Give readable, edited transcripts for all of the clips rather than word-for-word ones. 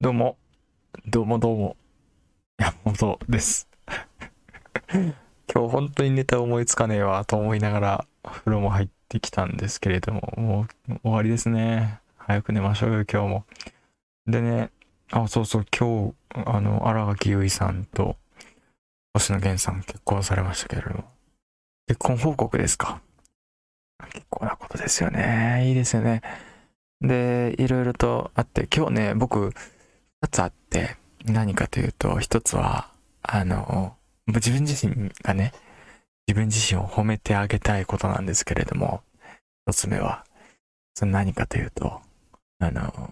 どうも、どうも。山本です。今日本当にネタ思いつかねえわと思いながら風呂も入ってきたんですけれども、もう終わりですね。早く寝ましょうよ、今日も。でね、そうそう、今日、新垣結衣さんと星野源さん結婚されましたけれども、結婚報告ですか？結構なことですよね。いいですよね。で、いろいろとあって、今日ね、僕、二つあって、何かというと、一つは、自分自身がね、自分自身を褒めてあげたいことなんですけれども、一つ目は、それ何かというと、あの、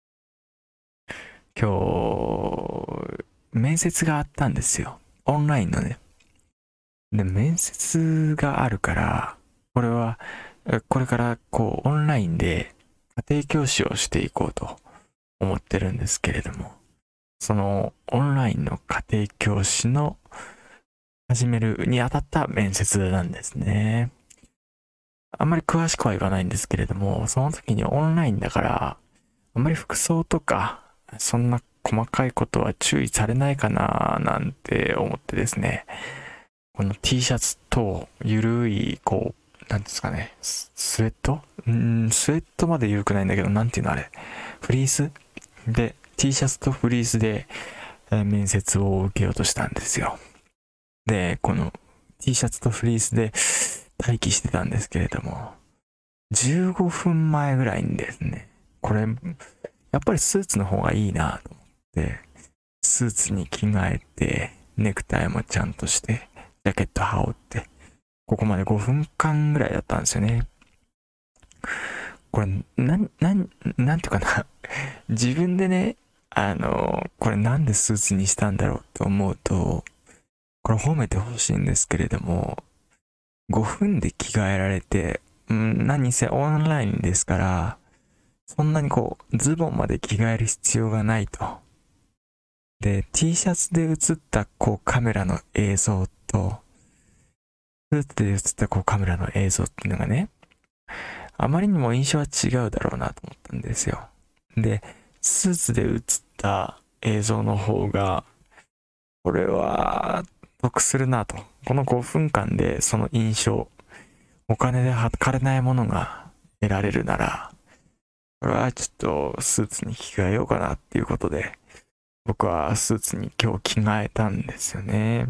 今日、面接があったんですよ。オンラインのね。で、面接があるから、これは、これからオンラインで家庭教師をしていこうと思ってるんですけれども、そのオンラインの家庭教師の始めるにあたった面接なんですね。あんまり詳しくは言わないんですけれども、その時にオンラインだから、あんまり服装とか、そんな細かいことは注意されないかななんて思ってですね、この T シャツとゆるい、なんですかね、スウェットスウェットまで緩くないんだけど、なんていうのあれ、フリースで、T シャツとフリースで、面接を受けようとしたんですよ。で、この T シャツとフリースで待機してたんですけれども、15分前ぐらいにですね、これ、やっぱりスーツの方がいいなと思って、スーツに着替えて、ネクタイもちゃんとして、ジャケット羽織って、ここまで5分間ぐらいだったんですよね。これ、なんていうかな、自分でね、これなんでスーツにしたんだろうと思うと、これ褒めてほしいんですけれども、5分で着替えられて、何せオンラインですから、そんなにズボンまで着替える必要がないと。で、T シャツで写ったカメラの映像と、スーツで写ったカメラの映像っていうのがね、あまりにも印象は違うだろうなと思ったんですよ。で、スーツで写った映像の方が、これは得するなと。この5分間でその印象、お金で測れないものが得られるなら、これはちょっとスーツに着替えようかなっていうことで、僕はスーツに今日着替えたんですよね。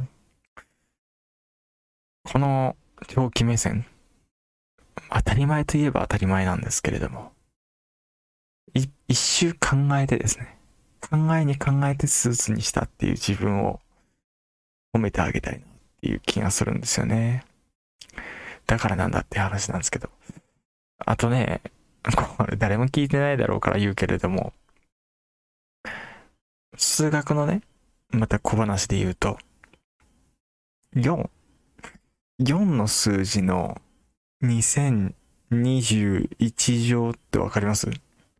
この長期目線、当たり前といえば当たり前なんですけれども、一周考えてですね、考えに考えてスーツにしたっていう自分を褒めてあげたいなっていう気がするんですよね。だからなんだって話なんですけど。あとね、これ誰も聞いてないだろうから言うけれども、数学のね、また小話で言うと、4、4の数字の2021乗ってわかります？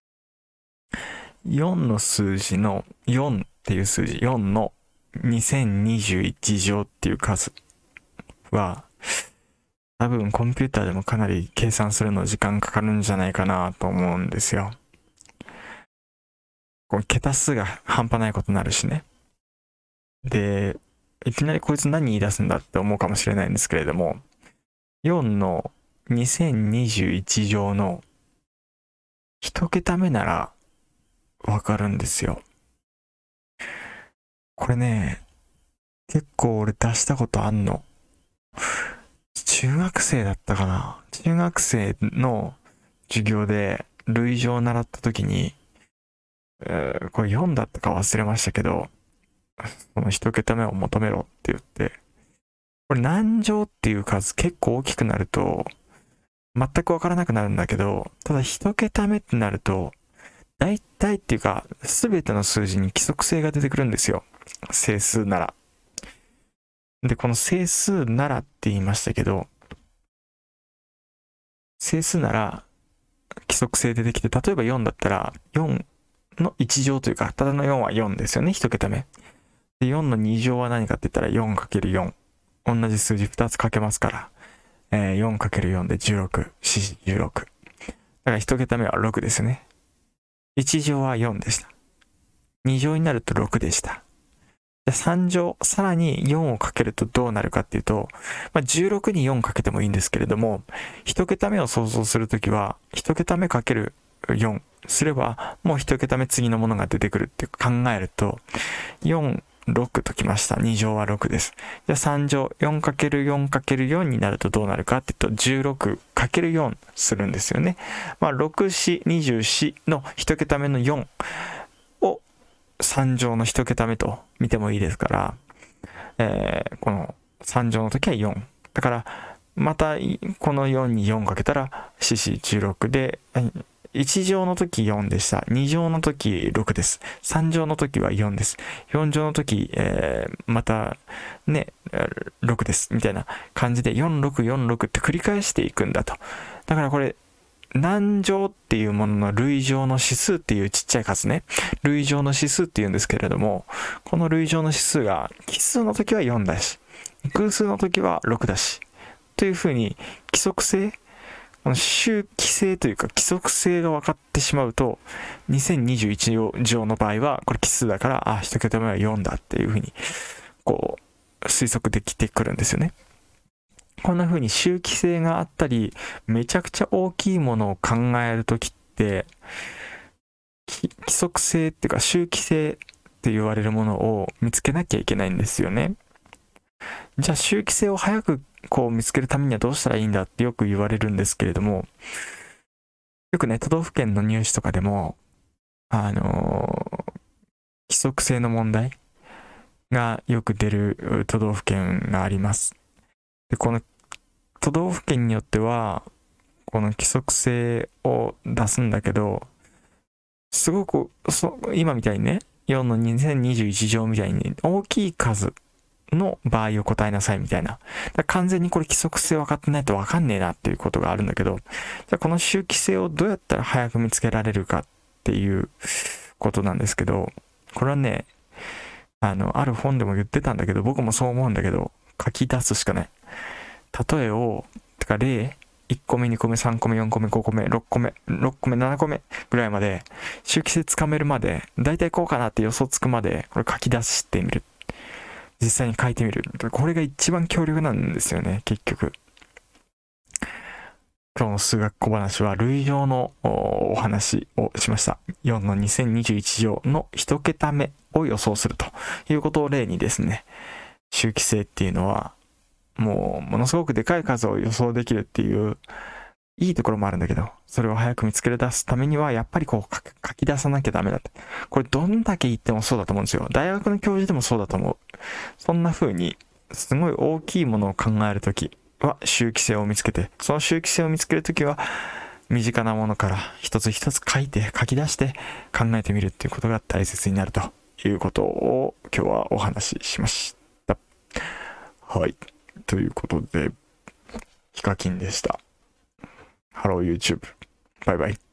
4 の数字の4っていう数字、4の2021乗っていう数は、多分コンピューターでもかなり計算するの時間かかるんじゃないかなと思うんですよ。桁数が半端ないことになるしね。で、いきなりこいつ何言い出すんだって思うかもしれないんですけれども、4の2021乗の一桁目ならわかるんですよ。これね、結構俺出したことあんの。中学生だったかな。中学生の授業で類乗を習った時に、これ4だったか忘れましたけど、この一桁目を求めろって言って、これ何乗っていう数結構大きくなると、全くわからなくなるんだけど、ただ一桁目ってなると、大体っていうか、すべての数字に規則性が出てくるんですよ。整数なら。で、この整数ならって言いましたけど、整数なら規則性出てきて、例えば4だったら、4の1乗というか、ただの4は4ですよね、一桁目。で、4の2乗は何かって言ったら 4×4。同じ数字2つかけますから、4×4 で16、4、16。だから一桁目は6ですね。1乗は4でした。 2乗になると6でした。3乗、さらに4をかけるとどうなるかっていうと、16に4かけてもいいんですけれども、1桁目を想像するときは、1桁目かける4すれば、もう1桁目次のものが出てくるって考えると、4、6ときました。2乗は6です。じゃあ3乗、4×4×4 になるとどうなるかっていうと、16×4 するんですよね。6、4、24の1桁目の4を3乗の1桁目と見てもいいですから、この3乗の時は4。だから、またこの4に4かけたら、4、4、16で、1乗の時4でした。2乗の時6です。3乗の時は4です。4乗の時、またね、6です。みたいな感じで、4、6、4、6って繰り返していくんだと。だからこれ、何乗っていうものの類乗の指数っていうちっちゃい数ね。類乗の指数っていうんですけれども、この類乗の指数が奇数の時は4だし、偶数の時は6だし、というふうに規則性、この周期性というか規則性が分かってしまうと、2021乗の場合は、これ奇数だから、一桁目は4だっていうふうに、こう、推測できてくるんですよね。こんな風に周期性があったり、めちゃくちゃ大きいものを考えるときって、規則性っていうか周期性って言われるものを見つけなきゃいけないんですよね。じゃあ周期性を早くこう見つけるためにはどうしたらいいんだってよく言われるんですけれども、よくね、都道府県の入試とかでも、規則性の問題がよく出る都道府県があります。で、この都道府県によっては、この規則性を出すんだけど、すごく、今みたいにね、4の2021乗みたいに大きい数の場合を答えなさいみたいな。完全にこれ規則性分かってないと分かんねえなっていうことがあるんだけど、じゃあこの周期性をどうやったら早く見つけられるかっていうことなんですけど、これはね、ある本でも言ってたんだけど、僕もそう思うんだけど、書き出すしかない。例えを、例、1個目、2個目、3個目、4個目、5個目、6個目、7個目ぐらいまで、周期性つかめるまで、だいたいこうかなって予想つくまで、これ書き出してみる。実際に書いてみる。これが一番強力なんですよね、結局。今日の数学小話は類乗のお話をしました。4の2021乗の1桁目を予想するということを例にですね、周期性っていうのは、もうものすごくでかい数を予想できるっていういいところもあるんだけど、それを早く見つけ出すためにはやっぱりこう書き出さなきゃダメだって。これどんだけ言ってもそうだと思うんですよ。大学の教授でもそうだと思う。そんな風にすごい大きいものを考えるときは周期性を見つけて、その周期性を見つけるときは身近なものから一つ一つ書き出して考えてみるっていうことが大切になるということを今日はお話ししました。はい。ということで、ヒカキンでした。ハロー YouTube。バイバイ。